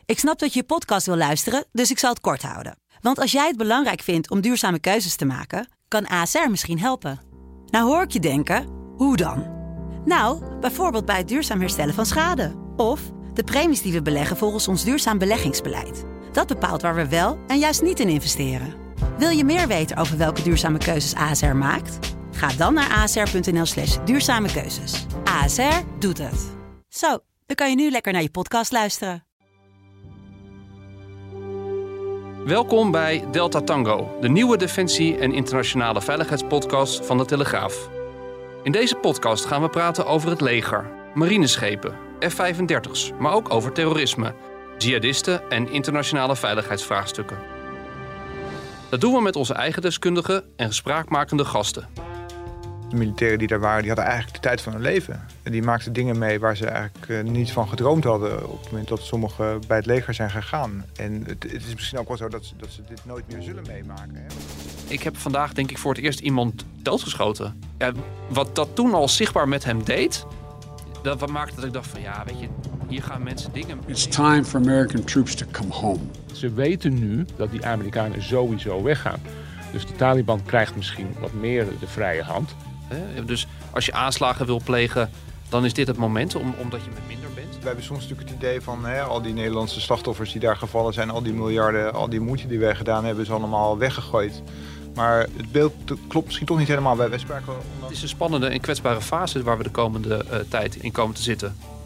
Ik snap dat je podcast wil luisteren, dus ik zal het kort houden. Want als jij het belangrijk vindt om duurzame keuzes te maken, kan ASR misschien helpen. Nou hoor ik je denken, hoe dan? Nou, bijvoorbeeld bij het duurzaam herstellen van schade. Of de premies die we beleggen volgens ons duurzaam beleggingsbeleid. Dat bepaalt waar we wel en juist niet in investeren. Wil je meer weten over welke duurzame keuzes ASR maakt? Ga dan naar asr.nl/duurzame keuzes. ASR doet het. Zo, dan kan je nu lekker naar je podcast luisteren. Welkom bij Delta Tango, de nieuwe defensie- en internationale veiligheidspodcast van de Telegraaf. In deze podcast gaan we praten over het leger, marineschepen, F-35's, maar ook over terrorisme, jihadisten en internationale veiligheidsvraagstukken. Dat doen we met onze eigen deskundigen en spraakmakende gasten. De militairen die daar waren, die hadden eigenlijk de tijd van hun leven. En die maakten dingen mee waar ze eigenlijk niet van gedroomd hadden op het moment dat sommigen bij het leger zijn gegaan. En het is misschien ook wel zo dat ze dit nooit meer zullen meemaken. Hè? Ik heb vandaag denk ik voor het eerst iemand doodgeschoten. Ja, wat dat toen al zichtbaar met hem deed, dat maakte dat ik dacht van ja, weet je, hier gaan mensen dingen mee. It's time for American troops to come home. Ze weten nu dat die Amerikanen sowieso weggaan. Dus de Taliban krijgt misschien wat meer de vrije hand. Dus als je aanslagen wil plegen, dan is dit het moment omdat je met minder bent. We hebben soms natuurlijk het idee van al die Nederlandse slachtoffers die daar gevallen zijn, al die miljarden, al die moeite die wij gedaan hebben, is allemaal weggegooid. Maar het beeld klopt misschien toch niet helemaal. Wij spraken Het is een spannende en kwetsbare fase waar we de komende tijd in komen te zitten.